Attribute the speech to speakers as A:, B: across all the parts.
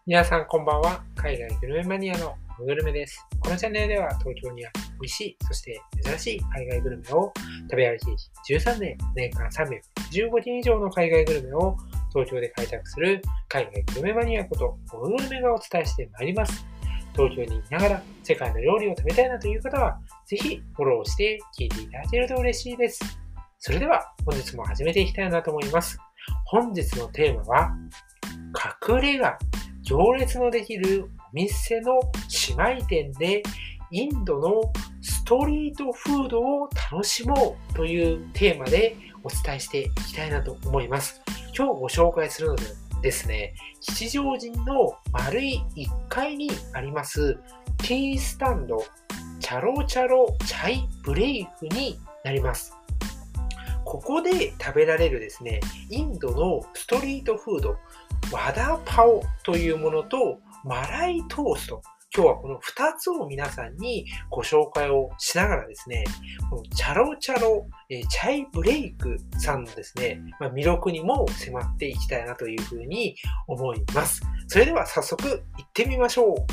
A: 皆さんこんばんは。海外グルメマニアのグルメです。このチャンネルでは東京にある美味しい、そして珍しい海外グルメを食べ歩き13年、年間315件以上の海外グルメを東京で開拓する海外グルメマニアことグルメがお伝えしてまいります。東京にいながら世界の料理を食べたいなという方は、ぜひフォローして聞いていただけると嬉しいです。それでは本日も始めていきたいなと思います。本日のテーマは、隠れ家。行列のできるお店の姉妹店でインドのストリートフードを楽しもうというテーマでお伝えしていきたいなと思います。今日ご紹介するのでですね、吉祥寺の丸い1階にありますティースタンドチャロチャロチャイブレイクになります。ここで食べられるですね、インドのストリートフード、ワダパオというものとマライトースト。今日はこの2つを皆さんにご紹介をしながらですね、このチャロチャロチャイブレイクさんのですね、魅力にも迫っていきたいなというふうに思います。それでは早速行ってみましょう。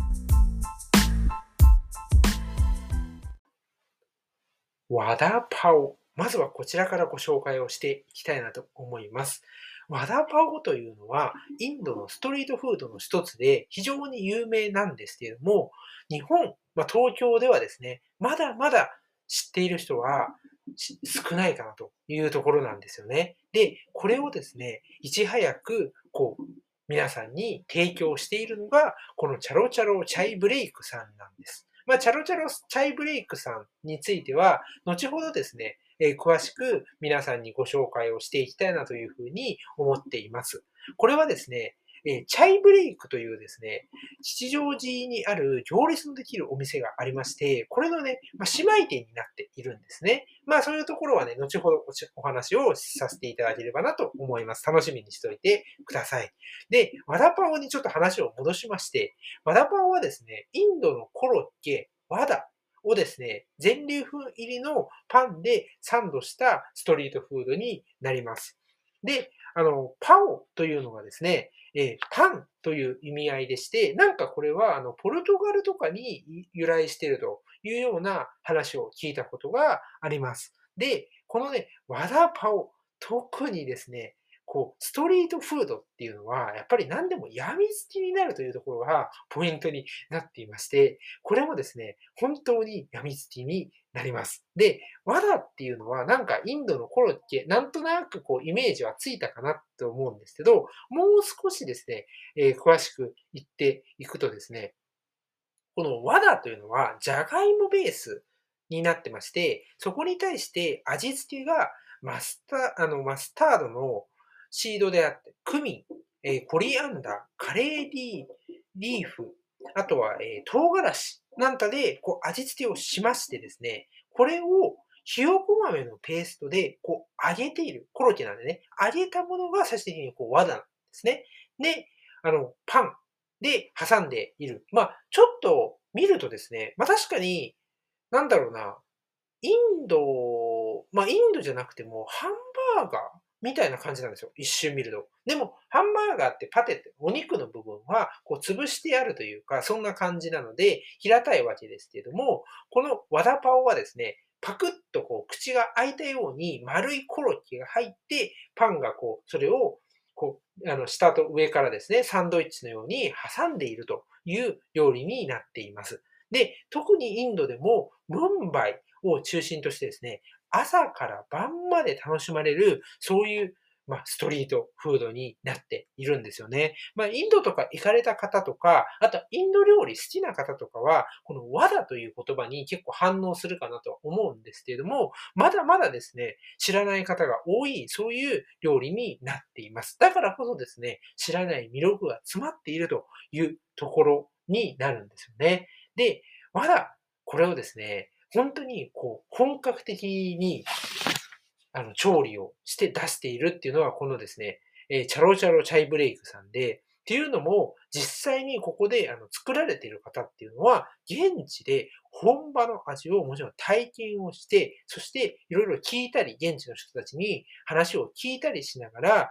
A: ワダパオ。まずはこちらからご紹介をしていきたいなと思います。ワダパオというのは、インドのストリートフードの一つで非常に有名なんですけれども、日本、東京ではですね、まだまだ知っている人は少ないかなというところなんですよね。で、これをですね、いち早く、皆さんに提供しているのが、このチャロチャロチャイブレイクさんなんです。チャロチャロチャイブレイクさんについては、後ほどですね、詳しく皆さんにご紹介をしていきたいなというふうに思っています。これはですね、チャイブレイクというですね、吉祥寺にある行列のできるお店がありまして、これのね、姉妹店になっているんですね。そういうところはね、後ほどお話をさせていただければなと思います。楽しみにしておいてください。で、ワダパオにちょっと話を戻しまして、ワダパオはですね、インドのコロッケ、ワダをですね、全粒粉入りのパンでサンドしたストリートフードになります。で、パオというのがですね、パンという意味合いでして、なんかこれはポルトガルとかに由来しているというような話を聞いたことがあります。で、このね、ワダパオ、特にですね、ストリートフードっていうのは、やっぱり何でも病みつきになるというところがポイントになっていまして、これもですね、本当に病みつきになります。で、ワダっていうのはなんかインドのコロッケ、なんとなくイメージはついたかなと思うんですけど、もう少しですね、詳しく言っていくとですね、このワダというのはジャガイモベースになってまして、そこに対して味付けがマスタードのシードであって、クミン、コリアンダー、カレーリーフ、あとは、唐辛子なんかで味付けをしましてですね、これをひよこ豆のペーストで揚げている、コロッケなんでね、揚げたものが最終的にワダなんですね。で、パンで挟んでいる。ちょっと見るとですね、確かに、なんだろうな、インドインドじゃなくても、ハンバーガーみたいな感じなんですよ、一瞬見ると。でも、ハンバーガーってパテって、お肉の部分は潰してあるというか、そんな感じなので、平たいわけですけれども、このワダパオはですね、パクッと口が開いたように丸いコロッケが入って、パンがそれを下と上からですね、サンドイッチのように挟んでいるという料理になっています。で、特にインドでも、ムンバイを中心としてですね、朝から晩まで楽しまれる、そういう、ストリートフードになっているんですよね。インドとか行かれた方とか、あとはインド料理好きな方とかは、このワダという言葉に結構反応するかなと思うんですけれども、まだまだですね、知らない方が多い、そういう料理になっています。だからこそですね、知らない魅力が詰まっているというところになるんですよね。で、まだこれをですね、本当に本格的に調理をして出しているっていうのは、このですね、チャロチャロチャイブレイクさんで、っていうのも、実際にここで作られている方っていうのは、現地で本場の味をもちろん体験をして、そしていろいろ聞いたり、現地の人たちに話を聞いたりしながら、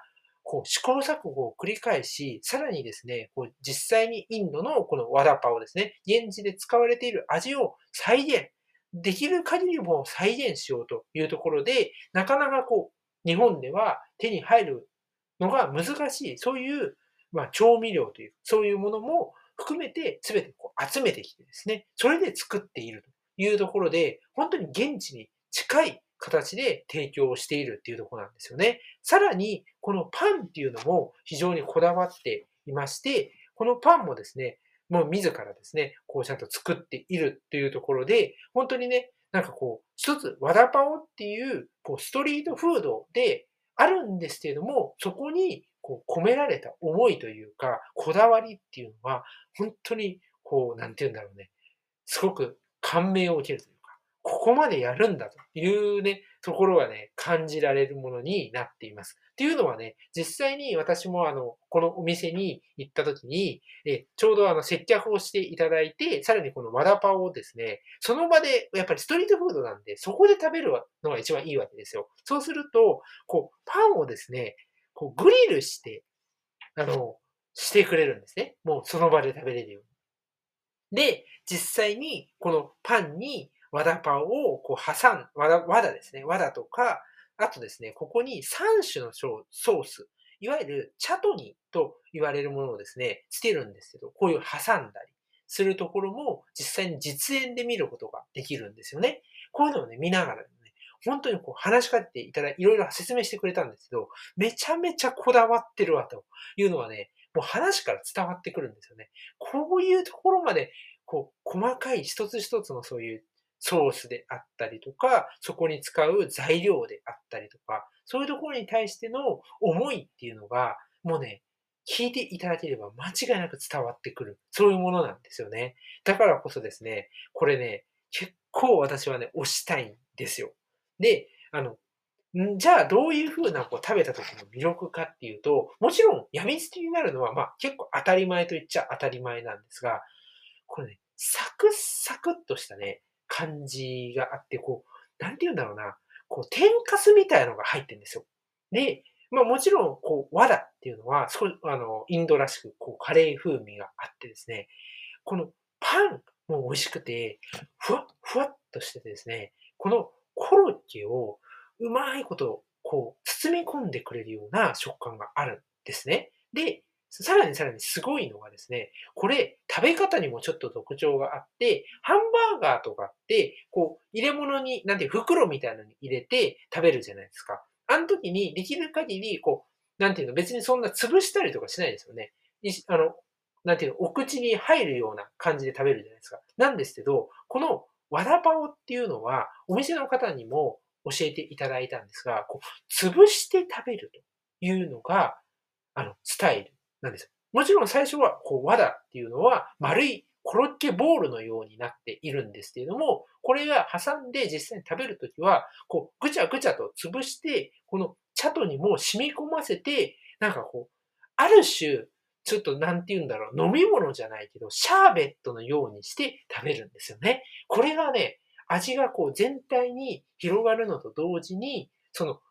A: 試行錯誤を繰り返し、さらにですね、実際にインドのこのワダパオですね、現地で使われている味を再現、できる限りも再現しようというところで、なかなか日本では手に入るのが難しい、そういう、調味料という、そういうものも含めて全て集めてきてですね、それで作っているというところで、本当に現地に近い形で提供をしているっていうところなんですよね。さらに、このパンっていうのも非常にこだわっていまして、このパンもですね、もう自らですね、ちゃんと作っているっていうところで、本当にね、一つ和田パオっていう、ストリートフードであるんですけれども、そこに込められた思いというか、こだわりっていうのは、本当になんて言うんだろうね、すごく感銘を受けるというか、ここまでやるんだというね、ところがね、感じられるものになっています。っていうのはね、実際に私もこのお店に行った時に、ちょうど接客をしていただいて、さらにこのワダパオをですね、その場でやっぱりストリートフードなんで、そこで食べるのが一番いいわけですよ。そうすると、パンをですね、グリルして、あの、してくれるんですね。もうその場で食べれるように。で、実際にこのパンに和田パオを和田ですね。和田とか、あとですね、ここに3種のソース、いわゆるチャトニと言われるものをですね、つけるんですけど、こういう挟んだりするところも実際に実演で見ることができるんですよね。こういうのをね、見ながらね、本当に話しかけていただいろいろ説明してくれたんですけど、めちゃめちゃこだわってるわというのはね、もう話から伝わってくるんですよね。こういうところまで細かい一つ一つのそういうソースであったりとか、そこに使う材料であったりとか、そういうところに対しての思いっていうのが、もうね、聞いていただければ間違いなく伝わってくる。そういうものなんですよね。だからこそですね、これね、結構私はね、推したいんですよ。で、じゃあどういう風な食べた時の魅力かっていうと、もちろん病みつきになるのは、結構当たり前と言っちゃ当たり前なんですが、これね、サクサクっとしたね、感じがあって、なんて言うんだろうな、天かすみたいのが入ってんですよ。で、もちろん、和だっていうのは、インドらしく、カレー風味があってですね、このパンも美味しくて、ふわっふわっとしててですね、このコロッケをうまいこと、包み込んでくれるような食感があるんですね。で、さらにすごいのがですね、これ、食べ方にもちょっと特徴があって、ハンバーガーとかって、入れ物に、なんていう、袋みたいなのに入れて食べるじゃないですか。あの時にできる限り、なんていうの、別にそんな潰したりとかしないですよね。いしあの、なんていうの、お口に入るような感じで食べるじゃないですか。なんですけど、この和田パオっていうのは、お店の方にも教えていただいたんですが、潰して食べるというのが、スタイルなんですよ。もちろん最初は、和田っていうのは丸いコロッケボールのようになっているんですけれども、これが挟んで実際に食べるときは、ぐちゃぐちゃと潰して、このチャトにも染み込ませて、ある種、ちょっとなんて言うんだろう、飲み物じゃないけど、シャーベットのようにして食べるんですよね。これがね、味が全体に広がるのと同時に、その、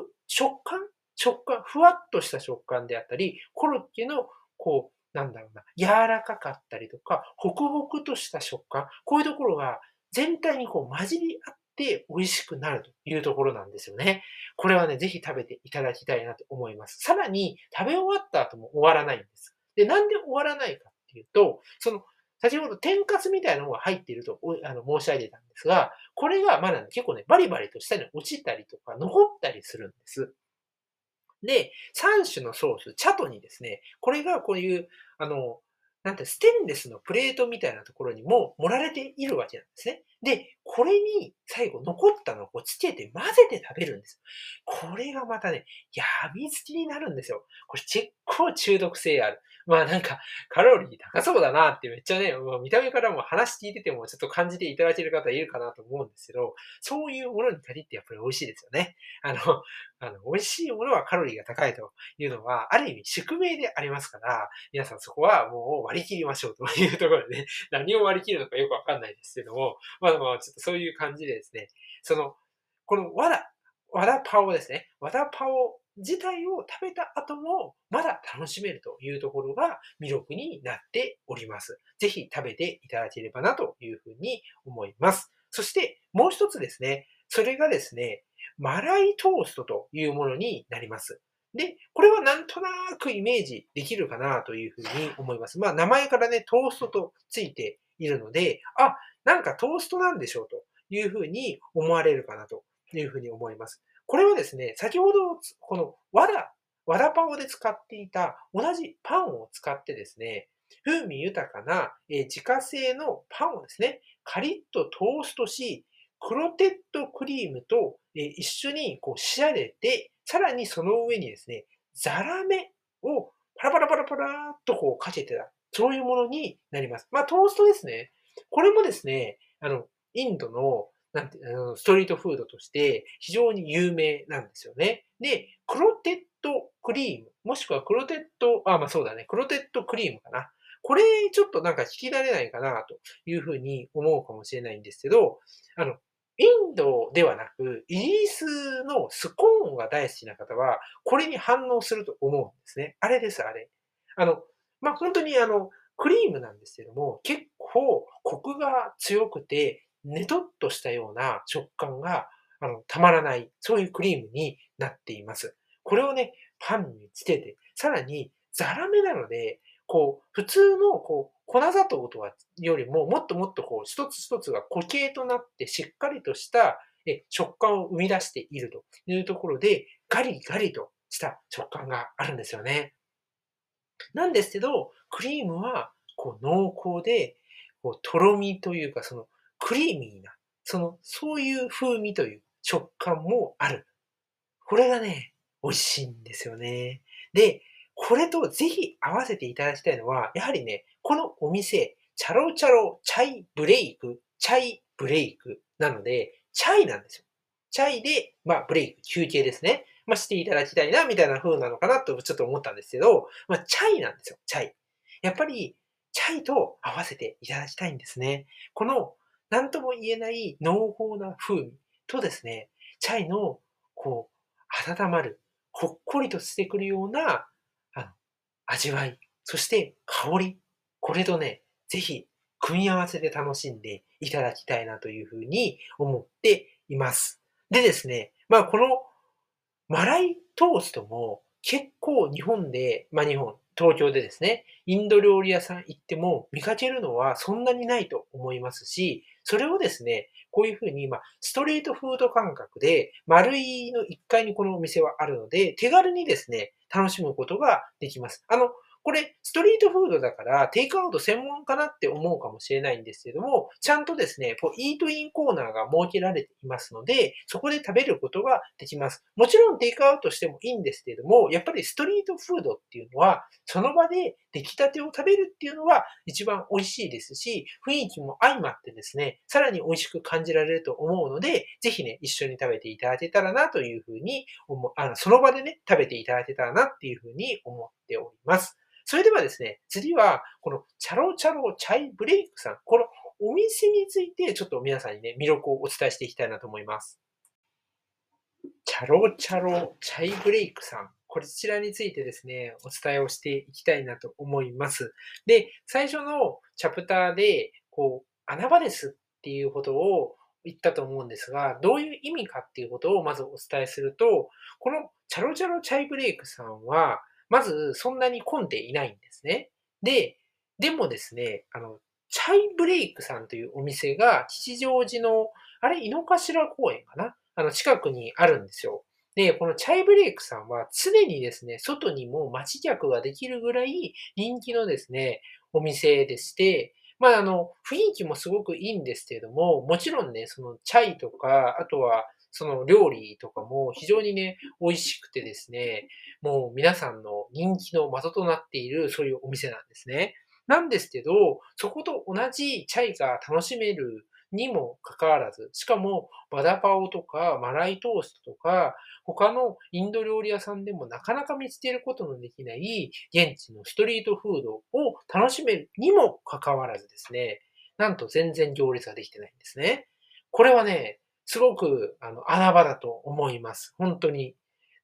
A: 食感、ふわっとした食感であったり、コロッケの、なんだろうな、柔らかかったりとか、ホクホクとした食感、こういうところが全体に混じり合って美味しくなるというところなんですよね。これはね、ぜひ食べていただきたいなと思います。さらに、食べ終わった後も終わらないんです。で、なんで終わらないかっていうと、先ほど天かすみたいなのが入っていると、申し上げたんですが、これがまだね、結構ね、バリバリと下に落ちたりとか、残ったりするんです。で、3種のソース、チャトにですね、これがこういう、ステンレスのプレートみたいなところにも盛られているわけなんですね。で、これに最後残ったのをつけて混ぜて食べるんです。これがまたね、やみつきになるんですよ。これ結構中毒性ある。カロリー高そうだなってめっちゃね、もう見た目からも話聞いててもちょっと感じていただける方いるかなと思うんですけど、そういうものに限ってやっぱり美味しいですよね。あの、美味しいものはカロリーが高いというのは、ある意味宿命でありますから、皆さんそこはもう割り切りましょうというところでね、何を割り切るのかよくわかんないですけども、ちょっとそういう感じでですね、この和田パオですね。和田パオ自体を食べた後もまだ楽しめるというところが魅力になっております。ぜひ食べていただければなというふうに思います。そしてもう一つですね、それがですね、マライトーストというものになります。で、これはなんとなくイメージできるかなというふうに思います。名前からね、トーストとついているので、なんかトーストなんでしょうというふうに思われるかなというふうに思います。これはですね、先ほどこの和田パオで使っていた同じパンを使ってですね、風味豊かな、自家製のパンをですね、カリッとトーストし、クロテッドクリームと、一緒にこう仕上げて、さらにその上にですね、ザラメをパラパラパラパラっとこうかけてた、そういうものになります。トーストですね。これもですね、インドのなんて、ストリートフードとして非常に有名なんですよね。で、クロテッドクリーム、もしくはクロテッドそうだね、クロテッドクリームかな。これちょっとなんか聞き慣れないかなというふうに思うかもしれないんですけど、あの、インドではなく、イギリスのスコーンが大好きな方は、これに反応すると思うんですね。あれです、あれ。あの、本当にクリームなんですけども、結構コクが強くて、ねとっとしたような食感が、たまらない、そういうクリームになっています。これをね、パンにつけて、さらにザラメなので、こう、普通の粉砂糖とはよりも、もっともっと一つ一つが固形となってしっかりとした、食感を生み出しているというところで、ガリガリとした食感があるんですよね。なんですけど、クリームは濃厚で、とろみというか、そのクリーミーな、そういう風味という食感もある。これがね、美味しいんですよね。で、これとぜひ合わせていただきたいのは、やはりね、このお店、チャロチャロチャイブレイク、チャイブレイクなので、チャイなんですよ。チャイで、ブレイク、休憩ですね。していただきたいな、みたいな風なのかなとちょっと思ったんですけど、チャイなんですよ、チャイ。やっぱり、チャイと合わせていただきたいんですね。この、なんとも言えない濃厚な風味とですね、チャイの、こ温まる、ほっこりとしてくるような、あの、味わい、そして香り、これとね、ぜひ組み合わせて楽しんでいただきたいなというふうに思っています。でですね、このマライトーストも結構日本で、東京でですね、インド料理屋さん行っても見かけるのはそんなにないと思いますし、それをですね、こういうふうに、ストリートフード感覚で、丸いの1階にこのお店はあるので、手軽にですね、楽しむことができます。これ、ストリートフードだから、テイクアウト専門かなって思うかもしれないんですけども、ちゃんとですね、イートインコーナーが設けられていますので、そこで食べることができます。もちろんテイクアウトしてもいいんですけれども、やっぱりストリートフードっていうのは、その場で出来たてを食べるっていうのが一番美味しいですし、雰囲気も相まってですね、さらに美味しく感じられると思うので、ぜひね、一緒に食べていただけたらなというふうにその場でね、食べていただけたらなっていうふうに思っております。それではですね、次は、このチャロチャロチャイブレイクさん、このお店についてちょっと皆さんにね、魅力をお伝えしていきたいなと思います。チャロチャロチャイブレイクさん。こちらについてですね、お伝えをしていきたいなと思います。で、最初のチャプターで、穴場ですっていうことを言ったと思うんですが、どういう意味かっていうことをまずお伝えすると、このチャロチャロチャイブレイクさんは、まずそんなに混んでいないんですね。でもですね、チャイブレイクさんというお店が吉祥寺の、井の頭公園かな近くにあるんですよ。で、このチャイブレイクさんは常にですね、外にも待ち客ができるぐらい人気のですね、お店でして、雰囲気もすごくいいんですけれども、もちろんね、そのチャイとか、あとはその料理とかも非常にね、美味しくてですね、もう皆さんの人気の的となっているそういうお店なんですね。なんですけど、そこと同じチャイが楽しめるにもかかわらず、しかもバダパオとかマライトーストとか、他のインド料理屋さんでもなかなか見つけることのできない現地のストリートフードを楽しめるにもかかわらずですね、なんと全然行列ができてないんですね。これはね、すごく穴場だと思います。本当に。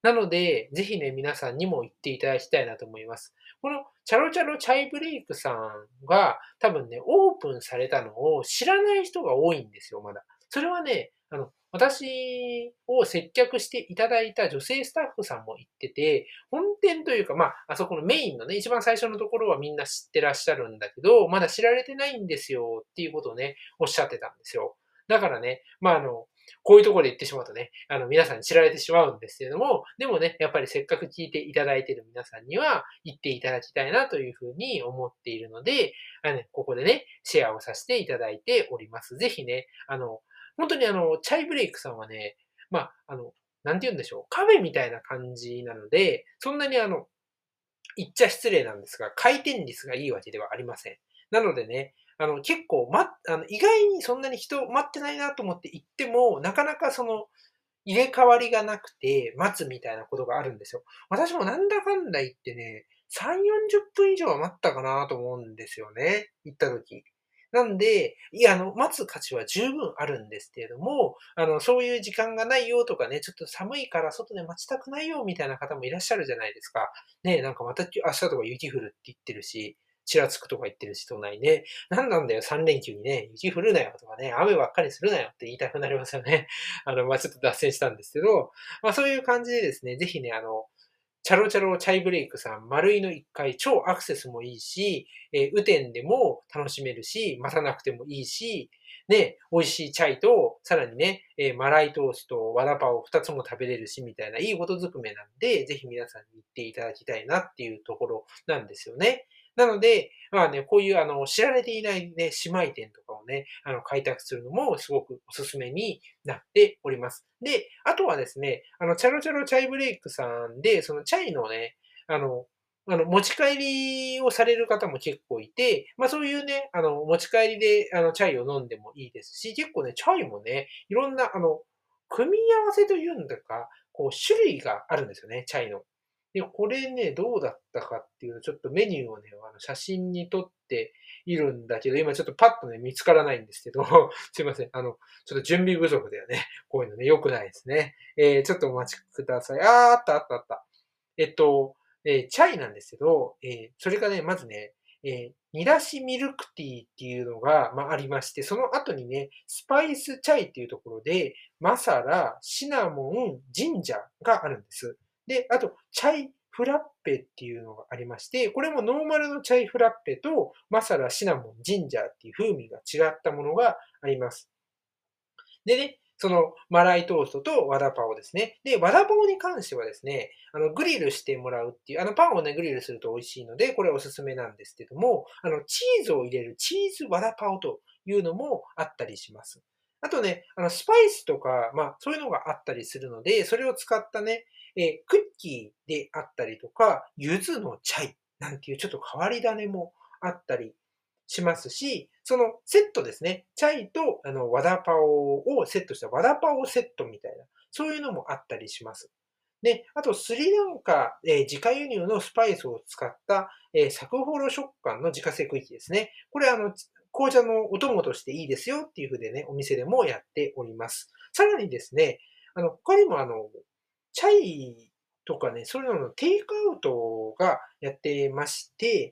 A: なので、ぜひね、皆さんにも行っていただきたいなと思います。このチャロチャロチャイブレイクさんが多分ね、オープンされたのを知らない人が多いんですよ、まだ。それはね、私を接客していただいた女性スタッフさんも言ってて、本店というか、あそこのメインのね、一番最初のところはみんな知ってらっしゃるんだけど、まだ知られてないんですよっていうことをね、おっしゃってたんですよ。だからね、こういうところで言ってしまうとね、皆さんに知られてしまうんですけれども、でもね、やっぱりせっかく聞いていただいている皆さんには、言っていただきたいなというふうに思っているので、ここでね、シェアをさせていただいております。ぜひね、本当にチャイブレイクさんはね、まあ、なんて言うんでしょう、カフェみたいな感じなので、そんなに言っちゃ失礼なんですが、回転率がいいわけではありません。なのでね、結構、意外にそんなに人待ってないなと思って行っても、なかなか入れ替わりがなくて、待つみたいなことがあるんですよ。私もなんだかんだ言ってね、3、40分以上は待ったかなと思うんですよね、行った時。なんで、いや、待つ価値は十分あるんですけれども、そういう時間がないよとかね、ちょっと寒いから外で待ちたくないよみたいな方もいらっしゃるじゃないですか。ね、なんかまた明日とか雪降るって言ってるし、ちらつくとか言ってるし、都内ね。なんなんだよ、3連休にね、雪降るなよとかね、雨ばっかりするなよって言いたくなりますよね。ちょっと脱線したんですけど、そういう感じでですね、ぜひね、チャロチャロチャイブレイクさん、丸いの1回、超アクセスもいいし、雨天でも楽しめるし、待たなくてもいいし、ね、美味しいチャイと、さらにね、マライトースト、ワダパを2つも食べれるし、みたいな、いいことずくめなんで、ぜひ皆さんに行っていただきたいなっていうところなんですよね。なので、こういう知られていないね、姉妹店とかをね、開拓するのもすごくおすすめになっております。で、あとはですね、チャロチャロチャイブレイクさんで、そのチャイのね、あの、持ち帰りをされる方も結構いて、そういうね、持ち帰りで、チャイを飲んでもいいですし、結構ね、チャイもね、いろんな、組み合わせというんだか、こう、種類があるんですよね、チャイの。で、これね、どうだったかっていうの、ちょっとメニューをね、写真に撮っているんだけど、今ちょっとパッとね、見つからないんですけど、すいません。ちょっと準備不足だよね。こういうのね、良くないですね。ちょっとお待ちください。あったあったあった。えっと、チャイなんですけど、それがね、まずね、煮出しミルクティーっていうのが、ありまして、その後にね、スパイスチャイっていうところで、マサラ、シナモン、ジンジャーがあるんです。で、あと、チャイフラッペっていうのがありまして、これもノーマルのチャイフラッペと、マサラ、シナモン、ジンジャーっていう風味が違ったものがあります。でね、そのマライトーストとワダパオですね。で、ワダパオに関してはですね、グリルしてもらうっていう、パンをね、グリルすると美味しいので、これおすすめなんですけども、チーズを入れるチーズワダパオというのもあったりします。あとね、スパイスとか、そういうのがあったりするので、それを使ったね、クッキーであったりとか、柚子のチャイなんていうちょっと変わり種もあったりしますし、そのセットですね。チャイとワダパオをセットしたワダパオセットみたいな、そういうのもあったりします。で、あとスリランカ、自家輸入のスパイスを使った、サクホロ食感の自家製クッキーですね。これ紅茶のお供としていいですよっていう風でね、お店でもやっております。さらにですね、他にもチャイとかね、そういうののテイクアウトがやってまして、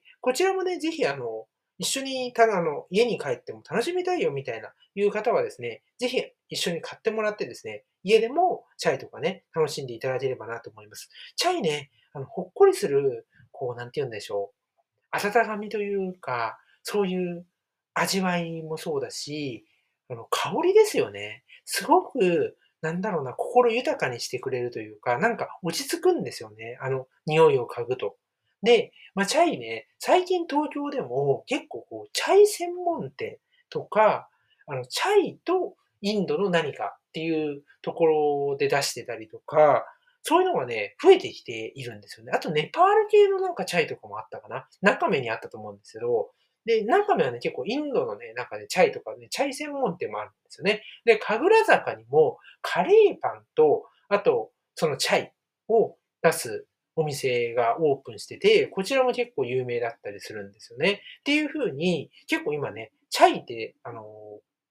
A: こちらもね、ぜひ一緒に家に帰っても楽しみたいよみたいないう方はですね、ぜひ一緒に買ってもらってですね、家でもチャイとかね、楽しんでいただければなと思います。チャイね、ほっこりする、こう、なんて言うんでしょう。温かみというか、そういう味わいもそうだし、香りですよね。すごく、なんだろうな、心豊かにしてくれるというか、なんか落ち着くんですよね。匂いを嗅ぐと。で、チャイね、最近東京でも結構こう、チャイ専門店とか、チャイとインドの何かっていうところで出してたりとか、そういうのがね、増えてきているんですよね。あとネパール系のなんかチャイとかもあったかな。ナカメにあったと思うんですけど、で、ナカメはね、結構インドのね、中でチャイとかね、チャイ専門店もあるんですよね。で、神楽坂にもカレーパンと、あと、そのチャイを出すお店がオープンしてて、こちらも結構有名だったりするんですよね。っていう風に、結構今ね、チャイって、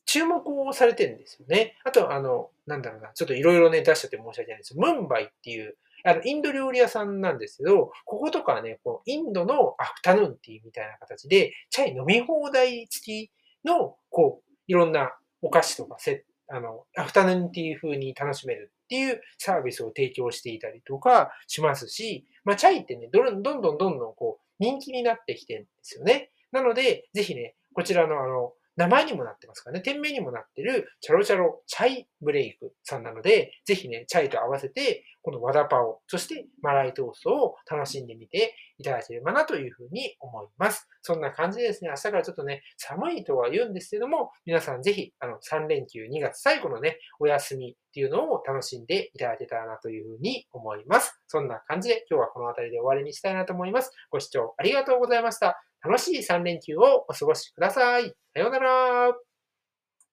A: 注目をされてるんですよね。あと、なんだろうな、ちょっといろいろね、出しちゃって申し訳ないんですよ。ムンバイっていう、インド料理屋さんなんですけど、こことかはね、こう、インドのアフタヌーンティーみたいな形で、チャイ飲み放題付きの、こう、いろんなお菓子とかアフタヌーンティー風に楽しめるっていうサービスを提供していたりとかしますし、まあ、チャイってね、どんどんこう、人気になってきてるんですよね。なので、ぜひね、こちらの名前にもなってますからね、店名にもなってるチャロチャロチャイブレイクさんなので、ぜひね、チャイと合わせて、このワダパオ、そしてマライトーストを楽しんでみていただければなというふうに思います。そんな感じでですね、明日からちょっとね、寒いとは言うんですけども、皆さんぜひ、3連休2月最後のね、お休みっていうのを楽しんでいただけたらなというふうに思います。そんな感じで今日はこの辺りで終わりにしたいなと思います。ご視聴ありがとうございました。楽しい3連休をお過ごしください。さようなら。